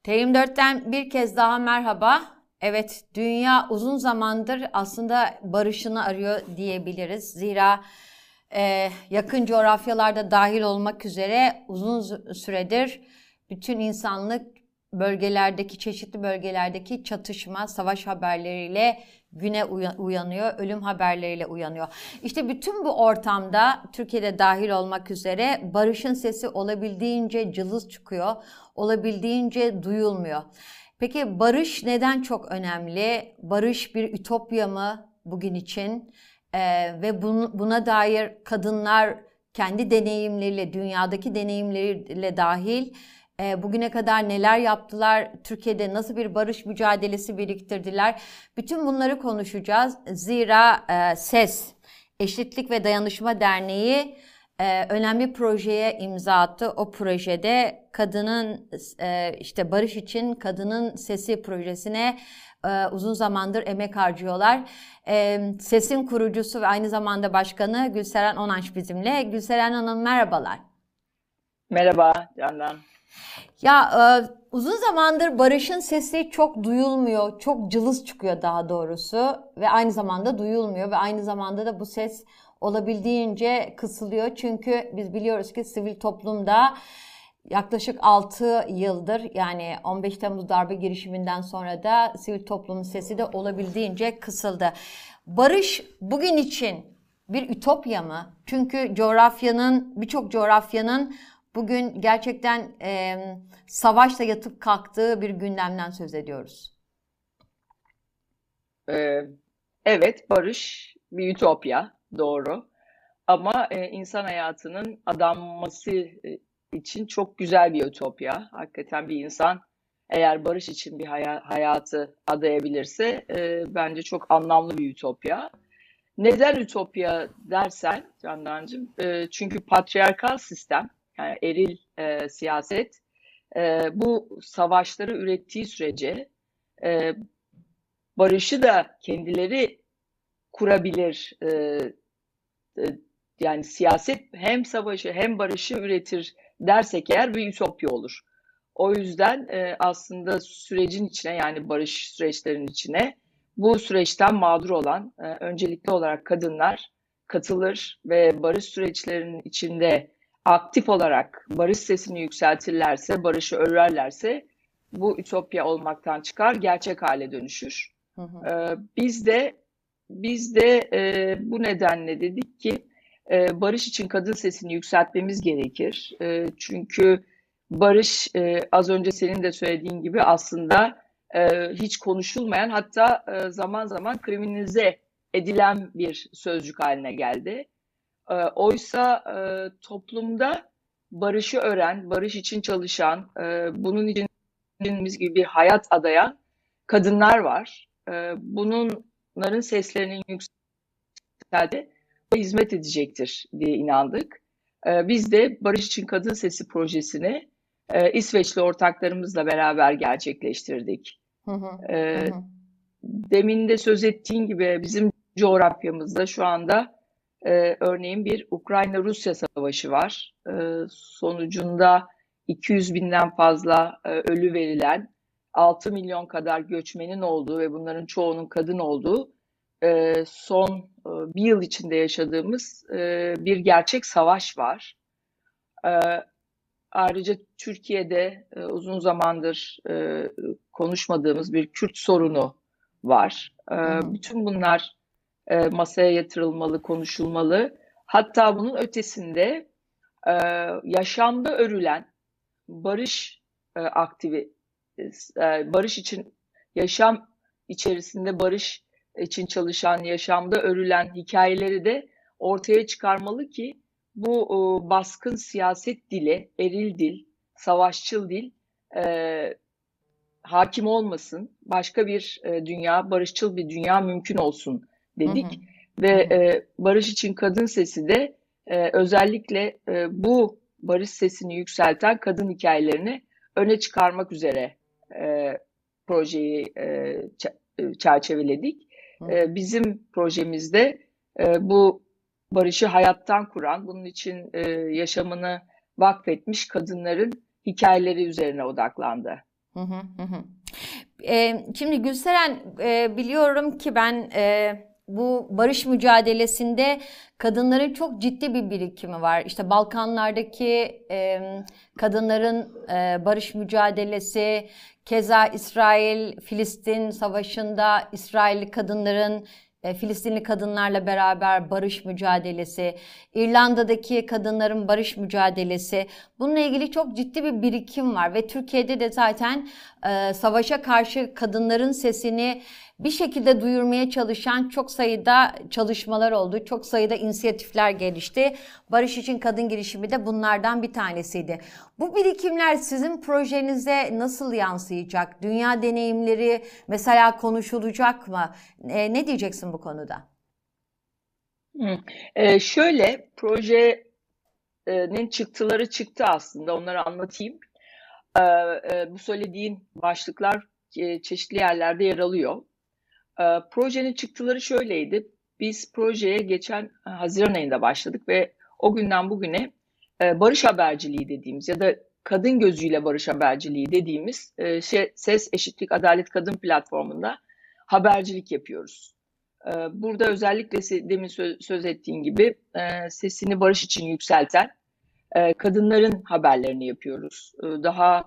TM4'ten bir kez daha merhaba. Evet, dünya uzun zamandır aslında barışını arıyor diyebiliriz. Zira yakın coğrafyalarda dahil olmak üzere uzun süredir bütün insanlık çeşitli bölgelerdeki çatışma, savaş haberleriyle güne uyanıyor, ölüm haberleriyle uyanıyor. İşte bütün bu ortamda Türkiye'de dahil olmak üzere barışın sesi olabildiğince cılız çıkıyor, olabildiğince duyulmuyor. Peki barış neden çok önemli? Barış bir ütopya mı bugün için? Ve buna dair kadınlar kendi deneyimleriyle, dünyadaki deneyimleriyle dahil bugüne kadar neler yaptılar? Türkiye'de nasıl bir barış mücadelesi biriktirdiler? Bütün bunları konuşacağız. Zira SES, Eşitlik ve Dayanışma Derneği önemli projeye imza attı. O projede kadının işte barış için kadının sesi projesine uzun zamandır emek harcıyorlar. SES'in kurucusu ve aynı zamanda başkanı Gülseren Onanç bizimle. Gülseren Hanım merhabalar. Merhaba Candan. Ya uzun zamandır barışın sesi çok duyulmuyor, çok cılız çıkıyor daha doğrusu ve aynı zamanda duyulmuyor ve aynı zamanda da bu ses olabildiğince kısılıyor. Çünkü biz biliyoruz ki sivil toplumda yaklaşık 6 yıldır yani 15 Temmuz darbe girişiminden sonra da sivil toplumun sesi de olabildiğince kısıldı. Barış bugün için bir ütopya mı? Çünkü birçok coğrafyanın bugün gerçekten savaşla yatıp kalktığı bir gündemden söz ediyoruz. Evet, barış bir ütopya, doğru. Ama insan hayatının adanması için çok güzel bir ütopya. Hakikaten bir insan eğer barış için bir hayatı adayabilirse bence çok anlamlı bir ütopya. Neden ütopya dersen Candancığım, çünkü patriarkal sistem, yani eril siyaset, bu savaşları ürettiği sürece e, barışı da kendileri kurabilir. E, Yani siyaset hem savaşı hem barışı üretir dersek eğer bir ütopya olur. O yüzden aslında sürecin içine, yani barış süreçlerinin içine bu süreçten mağdur olan öncelikli olarak kadınlar katılır ve barış süreçlerinin içinde aktif olarak barış sesini yükseltirlerse, barışı örerlerse bu ütopya olmaktan çıkar, gerçek hale dönüşür. Hı hı. Biz de bu nedenle dedik ki barış için kadın sesini yükseltmemiz gerekir. Çünkü barış, az önce senin de söylediğin gibi, aslında hiç konuşulmayan, hatta zaman zaman kriminalize edilen bir sözcük haline geldi. Oysa toplumda barışı ören, barış için çalışan, bunun için dediğimiz gibi bir hayat adayan kadınlar var. Bunların seslerinin yükseldi ve hizmet edecektir diye inandık. Biz de Barış için Kadın Sesi projesini İsveçli ortaklarımızla beraber gerçekleştirdik. Hı hı. Hı E, hı. Demin de söz ettiğin gibi bizim coğrafyamızda şu anda örneğin bir Ukrayna-Rusya savaşı var. Sonucunda 200 binden fazla ölü verilen, 6 milyon kadar göçmenin olduğu ve bunların çoğunun kadın olduğu son bir yıl içinde yaşadığımız bir gerçek savaş var. E, Ayrıca Türkiye'de uzun zamandır konuşmadığımız bir Kürt sorunu var. Hı hı. Bütün bunlar masaya yatırılmalı, konuşulmalı. Hatta bunun ötesinde e, yaşamda örülen barış barış için, yaşam içerisinde barış için çalışan, yaşamda örülen hikayeleri de ortaya çıkarmalı ki bu baskın siyaset dili, eril dil, savaşçıl dil e, hakim olmasın. Başka bir dünya, barışçıl bir dünya mümkün olsun Hı hı. dedik. Hı Ve hı. Barış için Kadın Sesi de özellikle bu barış sesini yükselten kadın hikayelerini öne çıkarmak üzere e, projeyi çerçeveledik. Hı hı. Bizim projemizde bu barışı hayattan kuran, bunun için yaşamını vakfetmiş kadınların hikayeleri üzerine odaklandı. Hı hı, hı hı. Şimdi Gülseren, biliyorum ki ben bu barış mücadelesinde kadınların çok ciddi bir birikimi var. İşte Balkanlardaki kadınların barış mücadelesi, keza İsrail-Filistin savaşında İsrailli kadınların Filistinli kadınlarla beraber barış mücadelesi, İrlanda'daki kadınların barış mücadelesi. Bununla ilgili çok ciddi bir birikim var ve Türkiye'de de zaten savaşa karşı kadınların sesini bir şekilde duyurmaya çalışan çok sayıda çalışmalar oldu. Çok sayıda inisiyatifler gelişti. Barış için Kadın girişimi de bunlardan bir tanesiydi. Bu birikimler sizin projenize nasıl yansıyacak? Dünya deneyimleri mesela konuşulacak mı? Ne diyeceksin bu konuda? Şöyle projenin çıktıları çıktı aslında onları anlatayım. Bu söylediğin başlıklar çeşitli yerlerde yer alıyor. Projenin çıktıları şöyleydi. Biz projeye geçen Haziran ayında başladık ve o günden bugüne barış haberciliği dediğimiz ya da kadın gözüyle barış haberciliği dediğimiz Ses, Eşitlik, Adalet Kadın platformunda habercilik yapıyoruz. Burada özellikle demin söz ettiğin gibi sesini barış için yükselten kadınların haberlerini yapıyoruz. Daha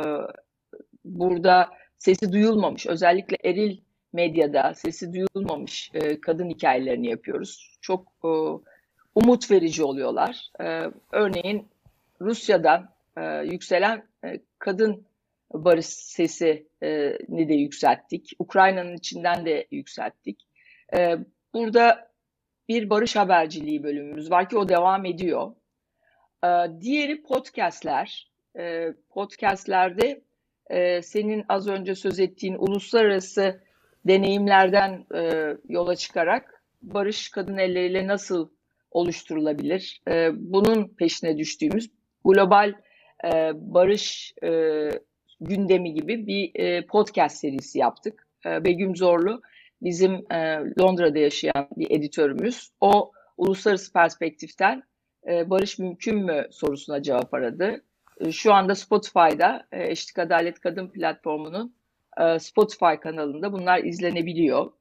burada sesi duyulmamış, özellikle eril medyada sesi duyulmamış kadın hikayelerini yapıyoruz. Çok umut verici oluyorlar. Örneğin Rusya'dan yükselen kadın barış sesini de yükselttik. Ukrayna'nın içinden de yükselttik. Burada bir barış haberciliği bölümümüz var ki o devam ediyor. Diğeri podcastler. Podcastlerde senin az önce söz ettiğin uluslararası deneyimlerden yola çıkarak barış kadın elleriyle nasıl oluşturulabilir? Bunun peşine düştüğümüz global barış gündemi gibi bir podcast serisi yaptık. Begüm Zorlu bizim Londra'da yaşayan bir editörümüz. O uluslararası perspektiften barış mümkün mü sorusuna cevap aradı. Şu anda Spotify'da Eşitlik Adalet Kadın platformunun Spotify kanalında bunlar izlenebiliyor.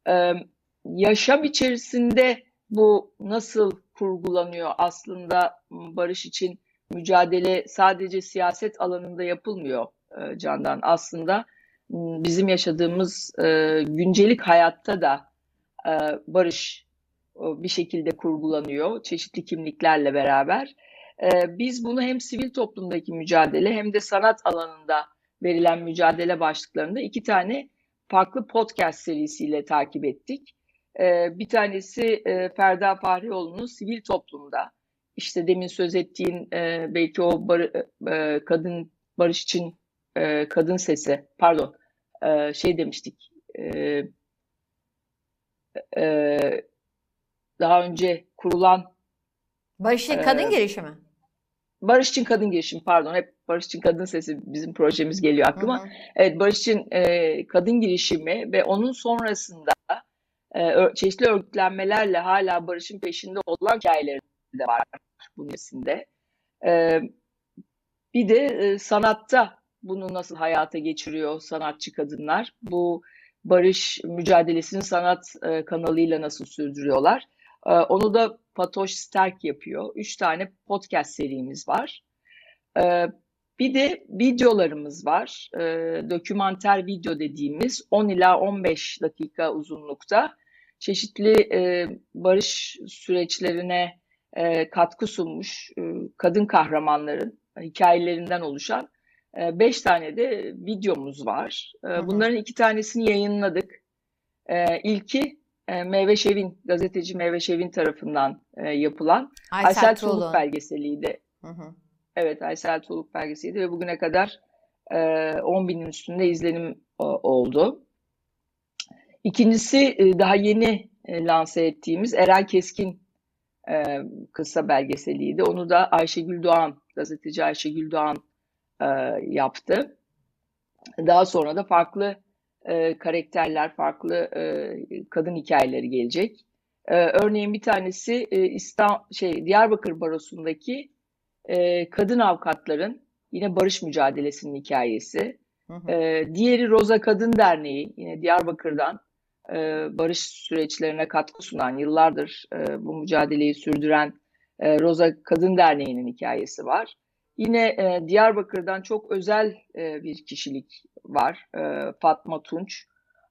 Yaşam içerisinde bu nasıl kurgulanıyor? Aslında barış için mücadele sadece siyaset alanında yapılmıyor Candan. Aslında bizim yaşadığımız güncelik hayatta da barış bir şekilde kurgulanıyor çeşitli kimliklerle beraber. Biz bunu hem sivil toplumdaki mücadele hem de sanat alanında verilen mücadele başlıklarında iki tane farklı podcast serisiyle takip ettik. Bir tanesi Ferda Fahrioğlu'nun sivil toplumda, işte demin söz ettiğin belki o kadın barış için kadın sesi, pardon, şey demiştik, daha önce kurulan Barış için Kadın e, girişimi. Barış için Kadın girişimi, pardon, hep Barış için Kadın Sesi bizim projemiz geliyor Hı aklıma. hı. Evet, Barış için Kadın girişimi ve onun sonrasında çeşitli örgütlenmelerle hala barışın peşinde olan hikayeleri de var bunun içinde. E, Bir de sanatta bunu nasıl hayata geçiriyor sanatçı kadınlar? Bu barış mücadelesini sanat kanalıyla nasıl sürdürüyorlar? Onu da Fatoş Sterk yapıyor. 3 tane podcast serimiz var. E, Bir de videolarımız var. Dokümanter video dediğimiz 10 ila 15 dakika uzunlukta çeşitli barış süreçlerine katkı sunmuş kadın kahramanların hikayelerinden oluşan 5 tane de videomuz var. Hı hı. Bunların 2 tanesini yayınladık. İlki Meyve Şevin, gazeteci Meyve Şevin tarafından yapılan Aysel Aysel Tuğluk Tuğlu. belgeseliydi. Hı hı. Evet, Aysel Tuğluk belgeseliydi ve bugüne kadar 10 binin üstünde izlenim oldu. İkincisi daha yeni lanse ettiğimiz Eren Keskin kısa belgeseliydi. Onu da Ayşegül Doğan, gazeteci Ayşegül Doğan e, yaptı. Daha sonra da farklı karakterler, farklı kadın hikayeleri gelecek. Örneğin bir tanesi Diyarbakır Barosu'ndaki kadın avukatların yine barış mücadelesinin hikayesi. Hı hı. Diğeri Roza Kadın Derneği, yine Diyarbakır'dan barış süreçlerine katkı sunan, yıllardır bu mücadeleyi sürdüren Roza Kadın Derneği'nin hikayesi var. Yine Diyarbakır'dan çok özel bir kişilik var, Fatma Tunç.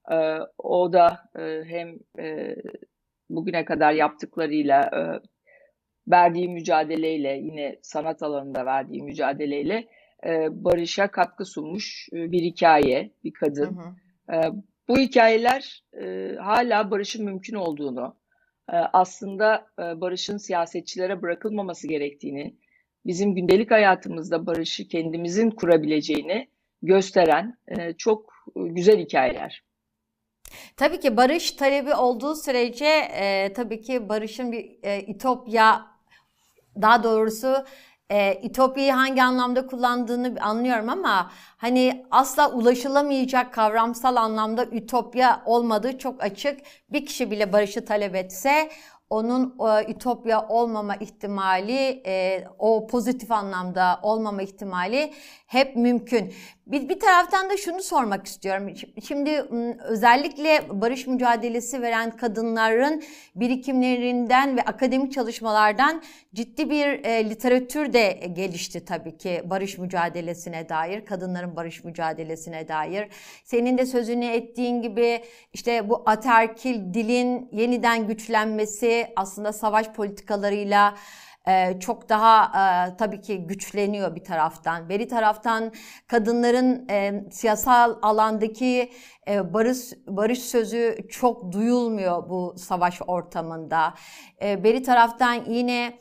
O da hem bugüne kadar yaptıklarıyla, verdiği mücadeleyle, yine sanat alanında verdiği mücadeleyle barışa katkı sunmuş bir hikaye, bir Hı kadın. hı. E, Bu hikayeler hala barışın mümkün olduğunu, aslında barışın siyasetçilere bırakılmaması gerektiğini, bizim gündelik hayatımızda barışı kendimizin kurabileceğini gösteren çok güzel hikayeler. Tabii ki barış talebi olduğu sürece tabii ki barışın bir ütopya, daha doğrusu ütopyayı hangi anlamda kullandığını anlıyorum ama hani asla ulaşılamayacak kavramsal anlamda ütopya olmadığı çok açık. Bir kişi bile barışı talep etse onun ütopya olmama ihtimali, o pozitif anlamda olmama ihtimali hep mümkün. Bir taraftan da şunu sormak istiyorum. Şimdi özellikle barış mücadelesi veren kadınların birikimlerinden ve akademik çalışmalardan ciddi bir literatür de gelişti tabii ki barış mücadelesine dair, kadınların barış mücadelesine dair. Senin de sözünü ettiğin gibi işte bu ataerkil dilin yeniden güçlenmesi aslında savaş politikalarıyla çok daha tabii ki güçleniyor bir taraftan. Bir taraftan kadınların siyasal alandaki barış sözü çok duyulmuyor bu savaş ortamında. Bir taraftan yine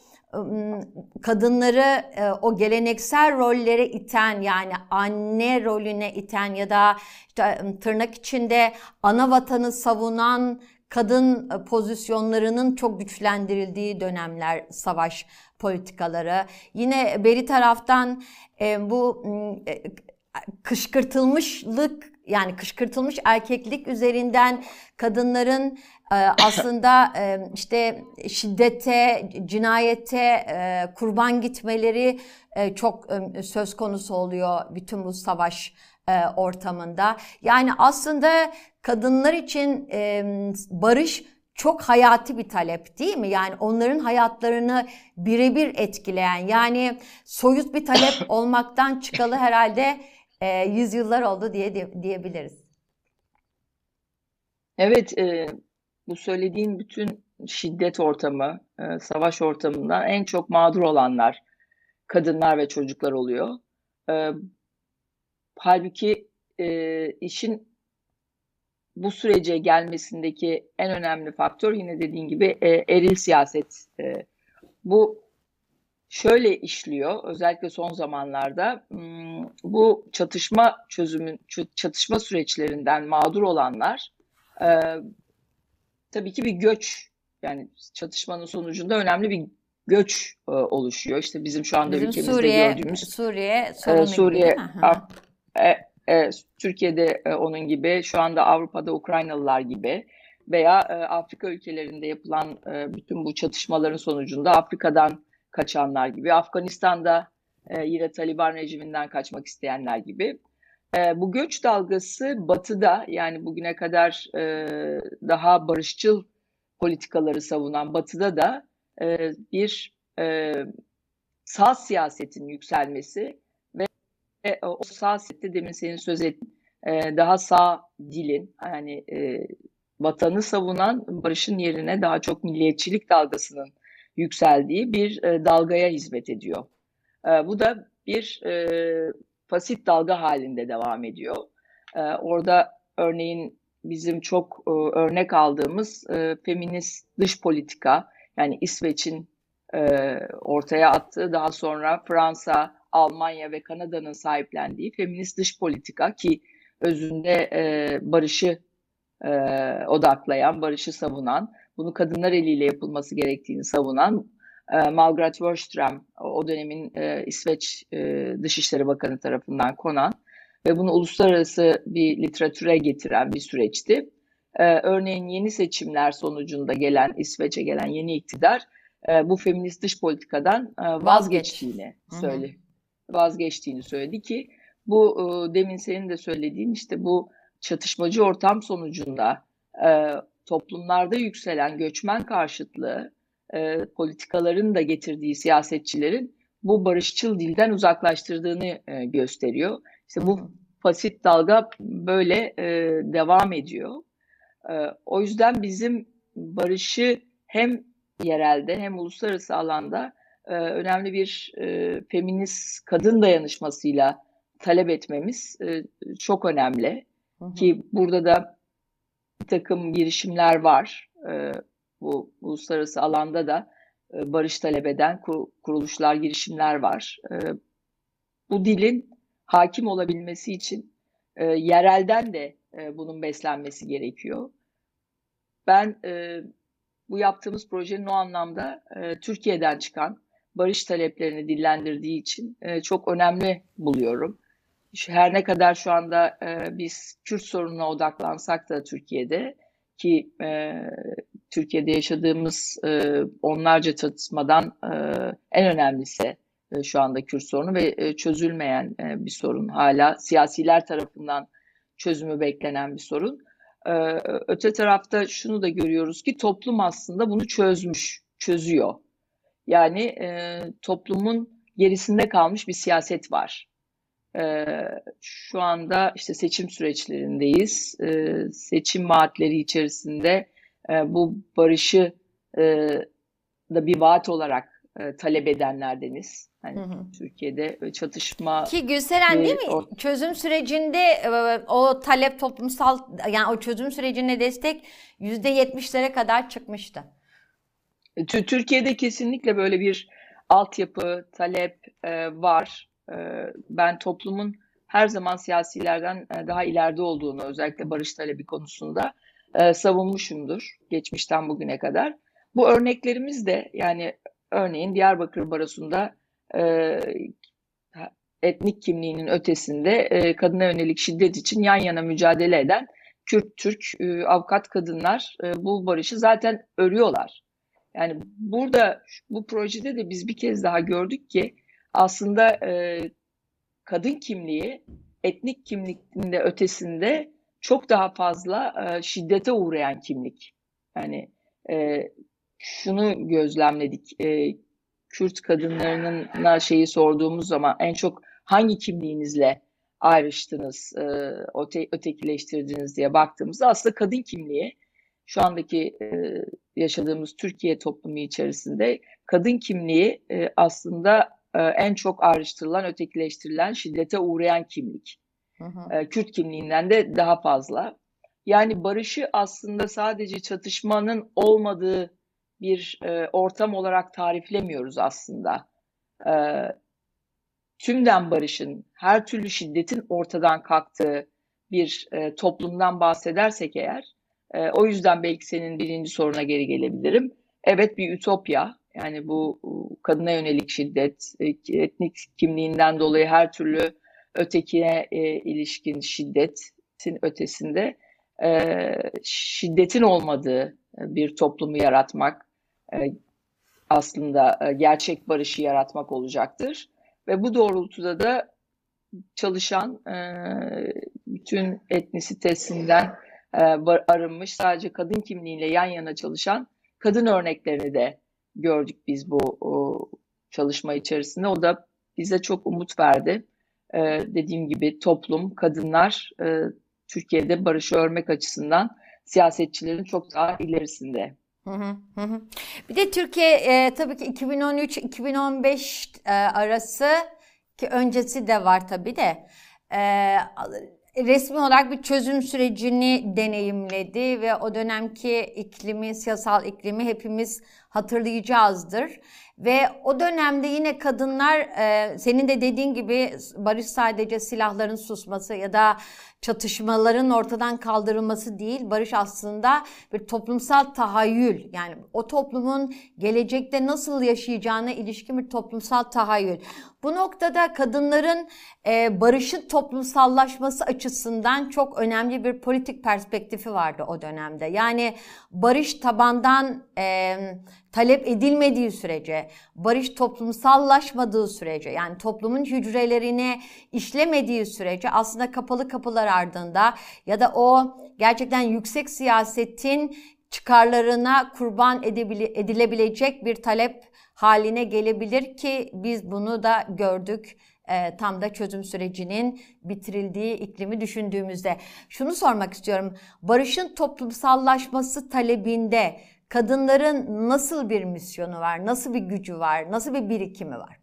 kadınları o geleneksel rollere iten, yani anne rolüne iten ya da işte, tırnak içinde ana vatanı savunan kadın pozisyonlarının çok güçlendirildiği dönemler savaş politikaları. Yine beri taraftan bu kışkırtılmışlık, yani kışkırtılmış erkeklik üzerinden kadınların aslında işte şiddete, cinayete kurban gitmeleri çok söz konusu oluyor bütün bu savaş ortamında. Yani aslında kadınlar için barış çok hayati bir talep, değil mi? Yani onların hayatlarını birebir etkileyen, yani soyut bir talep olmaktan çıkalı herhalde yüzyıllar oldu diyebiliriz. Evet, bu söylediğin bütün şiddet ortamı, savaş ortamından en çok mağdur olanlar kadınlar ve çocuklar oluyor. E, Halbuki işin bu sürece gelmesindeki en önemli faktör, yine dediğin gibi, eril siyaset. Bu şöyle işliyor, özellikle son zamanlarda bu çatışma süreçlerinden mağdur olanlar, e, tabii ki bir göç, yani çatışmanın sonucunda önemli bir göç oluşuyor. İşte bizim şu anda Bizim ülkemizde gördüğümüz Suriye sorunu gibi, değil Suriye, mi? Hı hı. Türkiye'de onun gibi, şu anda Avrupa'da Ukraynalılar gibi veya Afrika ülkelerinde yapılan bütün bu çatışmaların sonucunda Afrika'dan kaçanlar gibi, Afganistan'da yine Taliban rejiminden kaçmak isteyenler gibi. Bu göç dalgası Batı'da, yani bugüne kadar daha barışçıl politikaları savunan Batı'da da bir sağ siyasetin yükselmesi ve o sağ siyasette, demin senin söz ettiğin daha sağ dilin, yani vatanı savunan, barışın yerine daha çok milliyetçilik dalgasının yükseldiği bir dalgaya hizmet ediyor. Bu da bir fasit dalga halinde devam ediyor. Orada örneğin bizim çok örnek aldığımız feminist dış politika, yani İsveç'in ortaya attığı, daha sonra Fransa, Almanya ve Kanada'nın sahiplendiği feminist dış politika, ki özünde barışı odaklayan, barışı savunan, bunu kadınlar eliyle yapılması gerektiğini savunan Margaret Wallström, o dönemin İsveç Dışişleri Bakanı tarafından konan ve bunu uluslararası bir literatüre getiren bir süreçti. Örneğin yeni seçimler sonucunda İsveç'e gelen yeni iktidar bu feminist dış politikadan Vazgeç. vazgeçtiğini Hı hı. vazgeçtiğini söyledi, ki Bu demin senin de söylediğin işte bu çatışmacı ortam sonucunda toplumlarda yükselen göçmen karşıtlığı politikaların da getirdiği siyasetçilerin bu barışçıl dilden uzaklaştırdığını gösteriyor. İşte bu fasit dalga böyle devam ediyor. O yüzden bizim barışı hem yerelde hem uluslararası alanda önemli bir feminist kadın dayanışmasıyla talep etmemiz çok önemli. Ki burada da bir takım girişimler var. Bu uluslararası alanda da barış talep eden kuruluşlar, girişimler var. Bu dilin hakim olabilmesi için yerelden de bunun beslenmesi gerekiyor. Ben bu yaptığımız projenin o anlamda Türkiye'den çıkan barış taleplerini dillendirdiği için çok önemli buluyorum. Her ne kadar şu anda biz Kürt sorununa odaklansak da Türkiye'de ki Türkiye'de yaşadığımız onlarca çatışmadan en önemlisi şu anda Kürt sorunu ve çözülmeyen bir sorun. Hala siyasiler tarafından çözümü beklenen bir sorun. Öte tarafta şunu da görüyoruz ki toplum aslında bunu çözüyor. Yani toplumun gerisinde kalmış bir siyaset var. Şu anda işte seçim süreçlerindeyiz. Seçim vaatleri içerisinde bu barışı da bir vaat olarak talep edenlerdeniz. Hani Türkiye'de çatışma ki Gülseren değil mi? Çözüm sürecinde o talep toplumsal yani o çözüm sürecine destek %70'lere kadar çıkmıştı. Türkiye'de kesinlikle böyle bir altyapı, talep var. Ben toplumun her zaman siyasilerden daha ileride olduğunu özellikle barış talebi konusunda savunmuşumdur geçmişten bugüne kadar. Bu örneklerimiz de yani örneğin Diyarbakır Barosu'nda etnik kimliğinin ötesinde kadına yönelik şiddet için yan yana mücadele eden Kürt-Türk avukat kadınlar bu barışı zaten örüyorlar. Yani burada bu projede de biz bir kez daha gördük ki aslında kadın kimliği etnik kimliğinin de ötesinde çok daha fazla şiddete uğrayan kimlik. Yani şunu gözlemledik. Kürt kadınlarına şeyi sorduğumuz zaman en çok hangi kimliğinizle ayrıştınız, ötekileştirdiniz diye baktığımızda aslında kadın kimliği şu andaki yaşadığımız Türkiye toplumu içerisinde kadın kimliği aslında en çok ayrıştırılan, ötekileştirilen, şiddete uğrayan kimlik. Kürt kimliğinden de daha fazla. Yani barışı aslında sadece çatışmanın olmadığı bir ortam olarak tariflemiyoruz aslında. Tümden barışın, her türlü şiddetin ortadan kalktığı bir toplumdan bahsedersek eğer, o yüzden belki senin birinci soruna geri gelebilirim. Evet, bir ütopya. Yani bu kadına yönelik şiddet, etnik kimliğinden dolayı her türlü ötekine ilişkin şiddetin ötesinde şiddetin olmadığı bir toplumu yaratmak aslında gerçek barışı yaratmak olacaktır. Ve bu doğrultuda da çalışan bütün etnisitesinden arınmış sadece kadın kimliğiyle yan yana çalışan kadın örneklerini de gördük biz bu çalışma içerisinde. O da bize çok umut verdi. Dediğim gibi toplum, kadınlar Türkiye'de barışı örmek açısından siyasetçilerin çok daha ilerisinde. Bir de Türkiye tabii ki 2013-2015 arası ki öncesi de var tabii de resmi olarak bir çözüm sürecini deneyimledi ve o dönemki iklimi, siyasal iklimi hepimiz hatırlayacağızdır. Ve o dönemde yine kadınlar senin de dediğin gibi barış sadece silahların susması ya da çatışmaların ortadan kaldırılması değil, barış aslında bir toplumsal tahayyül. Yani o toplumun gelecekte nasıl yaşayacağına ilişkin bir toplumsal tahayyül. Bu noktada kadınların barışın toplumsallaşması açısından çok önemli bir politik perspektifi vardı o dönemde. Yani barış tabandan talep edilmediği sürece, barış toplumsallaşmadığı sürece, yani toplumun hücrelerine işlemediği sürece aslında kapalı kapılar ardında ya da o gerçekten yüksek siyasetin çıkarlarına kurban edilebilecek bir talep haline gelebilir ki biz bunu da gördük. Tam da çözüm sürecinin bitirildiği iklimi düşündüğümüzde. Şunu sormak istiyorum. Barışın toplumsallaşması talebinde kadınların nasıl bir misyonu var? Nasıl bir gücü var? Nasıl bir birikimi var?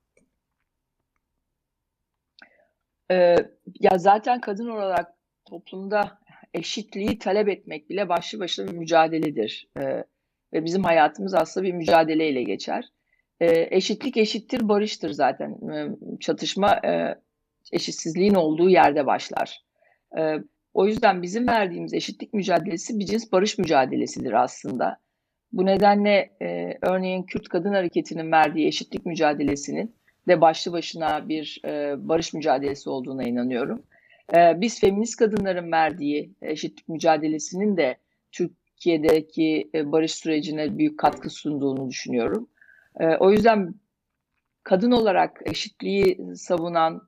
Ya zaten kadın olarak toplumda eşitliği talep etmek bile başlı başına bir mücadeledir. Ve bizim hayatımız aslında bir mücadeleyle geçer. Eşitlik eşittir barıştır zaten. Çatışma eşitsizliğin olduğu yerde başlar. O yüzden bizim verdiğimiz eşitlik mücadelesi bir cins barış mücadelesidir aslında. Bu nedenle örneğin Kürt Kadın Hareketi'nin verdiği eşitlik mücadelesinin de başlı başına bir barış mücadelesi olduğuna inanıyorum. Biz feminist kadınların verdiği eşitlik mücadelesinin de Türkiye'deki barış sürecine büyük katkı sunduğunu düşünüyorum. O yüzden kadın olarak eşitliği savunan,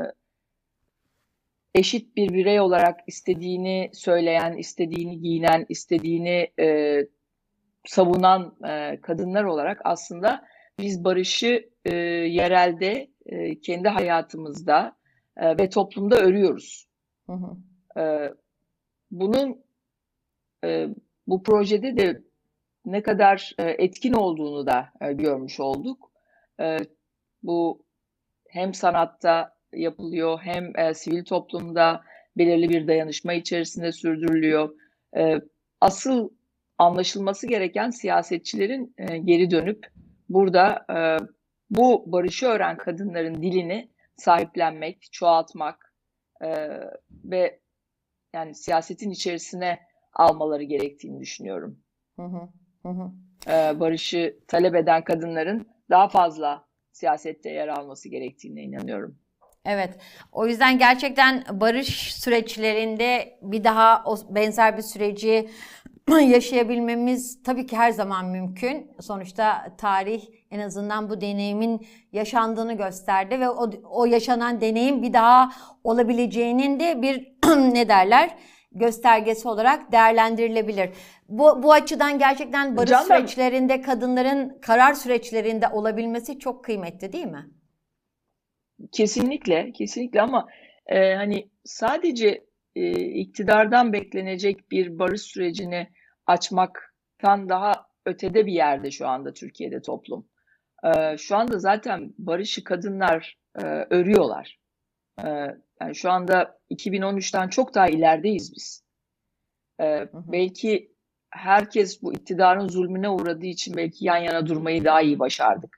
eşit bir birey olarak istediğini söyleyen, istediğini giyinen, istediğini savunan kadınlar olarak aslında biz barışı yerelde, kendi hayatımızda ve toplumda örüyoruz. Hı hı. Bunun bu projede de ne kadar etkin olduğunu da görmüş olduk. Bu hem sanatta yapılıyor hem sivil toplumda belirli bir dayanışma içerisinde sürdürülüyor. Asıl anlaşılması gereken siyasetçilerin geri dönüp burada bu barışı öğren kadınların dilini sahiplenmek, çoğaltmak ve yani siyasetin içerisine almaları gerektiğini düşünüyorum. Hı hı. Hı hı. Barışı talep eden kadınların daha fazla siyasette yer alması gerektiğine inanıyorum. Evet, o yüzden gerçekten barış süreçlerinde bir daha o benzer bir süreci yaşayabilmemiz tabii ki her zaman mümkün. Sonuçta tarih en azından bu deneyimin yaşandığını gösterdi ve o yaşanan deneyim bir daha olabileceğinin de bir ne derler göstergesi olarak değerlendirilebilir. Bu açıdan gerçekten barış süreçlerinde kadınların karar süreçlerinde olabilmesi çok kıymetli, değil mi? Kesinlikle, kesinlikle ama hani sadece iktidardan beklenecek bir barış sürecini açmaktan daha ötede bir yerde şu anda Türkiye'de toplum. Şu anda zaten barışı kadınlar örüyorlar. Yani şu anda 2013'ten çok daha ilerideyiz biz. Belki herkes bu iktidarın zulmüne uğradığı için belki yan yana durmayı daha iyi başardık.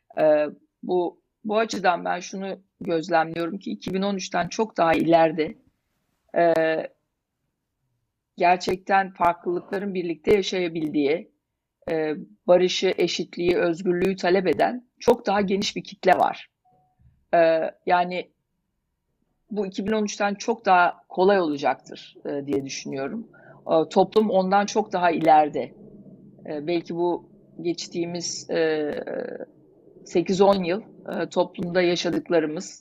Bu açıdan ben şunu gözlemliyorum ki 2013'ten çok daha ileride gerçekten farklılıkların birlikte yaşayabildiği, barışı, eşitliği, özgürlüğü talep eden çok daha geniş bir kitle var. Yani bu 2013'ten çok daha kolay olacaktır diye düşünüyorum. Toplum ondan çok daha ileride. Belki bu geçtiğimiz 8-10 yıl toplumda yaşadıklarımız,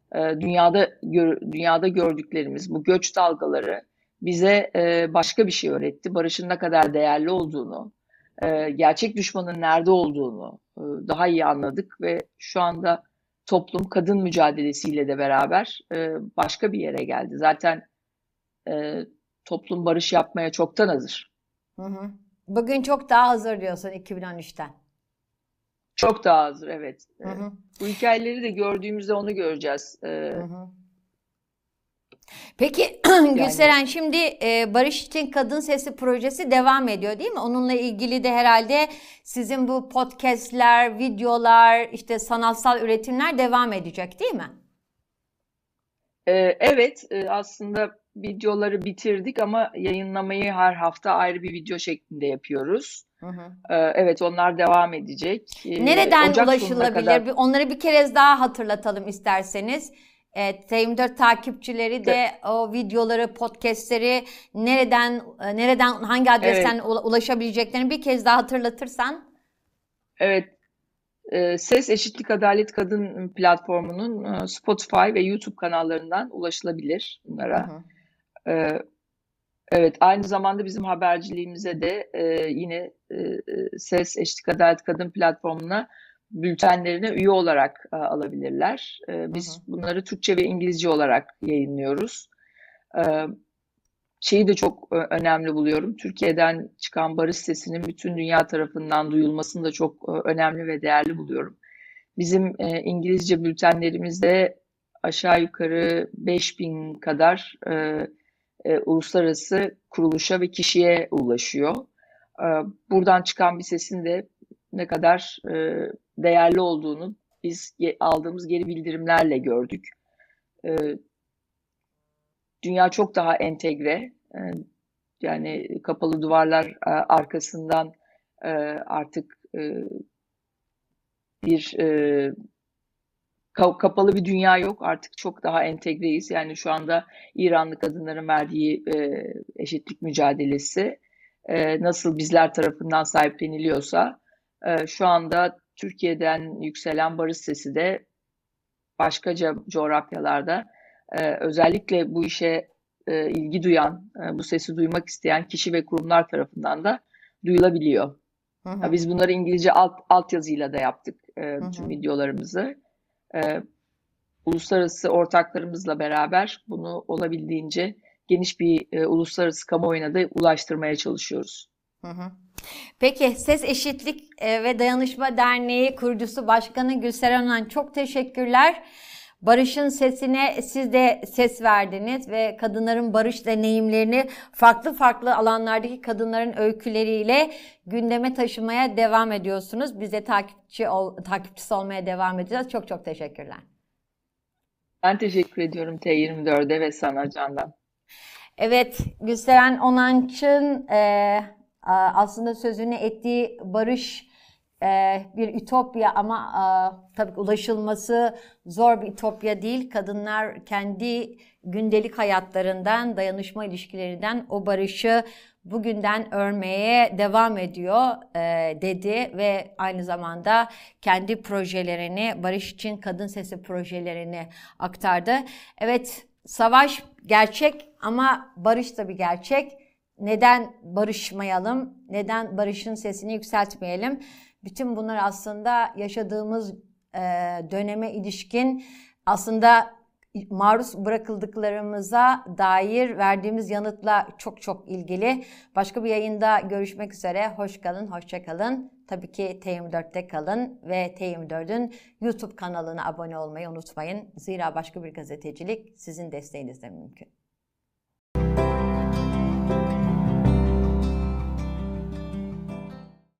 dünyada gördüklerimiz, bu göç dalgaları bize başka bir şey öğretti. Barışın ne kadar değerli olduğunu, gerçek düşmanın nerede olduğunu daha iyi anladık ve şu anda toplum kadın mücadelesiyle de beraber başka bir yere geldi. Zaten toplum barış yapmaya çoktan hazır. Hı hı. Bugün çok daha hazır diyorsun 2013'ten. Çok daha hazır, evet. Hı hı. Bu hikayeleri de gördüğümüzde onu göreceğiz. Hı hı. Peki Gülseren, şimdi Barış için Kadın Sesi projesi devam ediyor, değil mi? Onunla ilgili de herhalde sizin bu podcastler, videolar, işte sanatsal üretimler devam edecek, değil mi? Evet, aslında videoları bitirdik ama yayınlamayı her hafta ayrı bir video şeklinde yapıyoruz. Hı hı. Evet, onlar devam edecek. Nereden Ocak sonuna ulaşılabilir? kadar. Onları bir kez daha hatırlatalım isterseniz. T24 takipçileri de o videoları, podcastleri nereden hangi adresten Evet. ulaşabileceklerini bir kez daha hatırlatırsan. Evet, Ses Eşitlik Adalet Kadın platformunun Spotify ve YouTube kanallarından ulaşılabilir Hı bunlara. hı. E, Evet, aynı zamanda bizim haberciliğimize de yine Ses Eşitlik Adalet Kadın platformuna bültenlerine üye olarak alabilirler. Hı hı. Biz bunları Türkçe ve İngilizce olarak yayınlıyoruz. E, Şeyi de çok önemli buluyorum. Türkiye'den çıkan barış sesinin bütün dünya tarafından duyulmasını da çok önemli ve değerli buluyorum. Bizim İngilizce bültenlerimizde aşağı yukarı 5.000 kadar uluslararası kuruluşa ve kişiye ulaşıyor. E, Buradan çıkan bir sesin de ne kadar değerli olduğunu biz aldığımız geri bildirimlerle gördük. E, Dünya çok daha entegre. Yani kapalı duvarlar arkasından artık bir kapalı bir dünya yok. Artık çok daha entegreyiz. Yani şu anda İranlı kadınların verdiği eşitlik mücadelesi nasıl bizler tarafından sahipleniliyorsa şu anda Türkiye'den yükselen barış sesi de başka coğrafyalarda özellikle bu işe ilgi duyan, bu sesi duymak isteyen kişi ve kurumlar tarafından da duyulabiliyor. Hı hı. Biz bunları İngilizce altyazıyla da yaptık Hı bütün hı. videolarımızı. E, Uluslararası ortaklarımızla beraber bunu olabildiğince geniş bir uluslararası kamuoyuna da ulaştırmaya çalışıyoruz. Hı hı. Peki Ses Eşitlik ve Dayanışma Derneği kurucusu başkanı Gülseren Onan, çok teşekkürler. Barış'ın sesine siz de ses verdiniz ve kadınların barış deneyimlerini farklı farklı alanlardaki kadınların öyküleriyle gündeme taşımaya devam ediyorsunuz. Biz de takipçisi olmaya devam edeceğiz. Çok çok teşekkürler. Ben teşekkür ediyorum T24'e ve sana Candan. Evet, Gülseren Onanç'ın aslında sözünü ettiği barış bir ütopya ama tabii ki ulaşılması zor bir ütopya değil. Kadınlar kendi gündelik hayatlarından, dayanışma ilişkilerinden o barışı bugünden örmeye devam ediyor dedi ve aynı zamanda kendi projelerini, Barış için Kadın Sesi projelerini aktardı. Evet, savaş gerçek ama barış da bir gerçek. Neden barışmayalım? Neden barışın sesini yükseltmeyelim? Bütün bunlar aslında yaşadığımız döneme ilişkin aslında maruz bırakıldıklarımıza dair verdiğimiz yanıtla çok çok ilgili. Başka bir yayında görüşmek üzere. Hoş kalın, hoşça kalın. Tabii ki T24'te kalın ve T24'ün YouTube kanalına abone olmayı unutmayın. Zira başka bir gazetecilik sizin desteğinizle mümkün.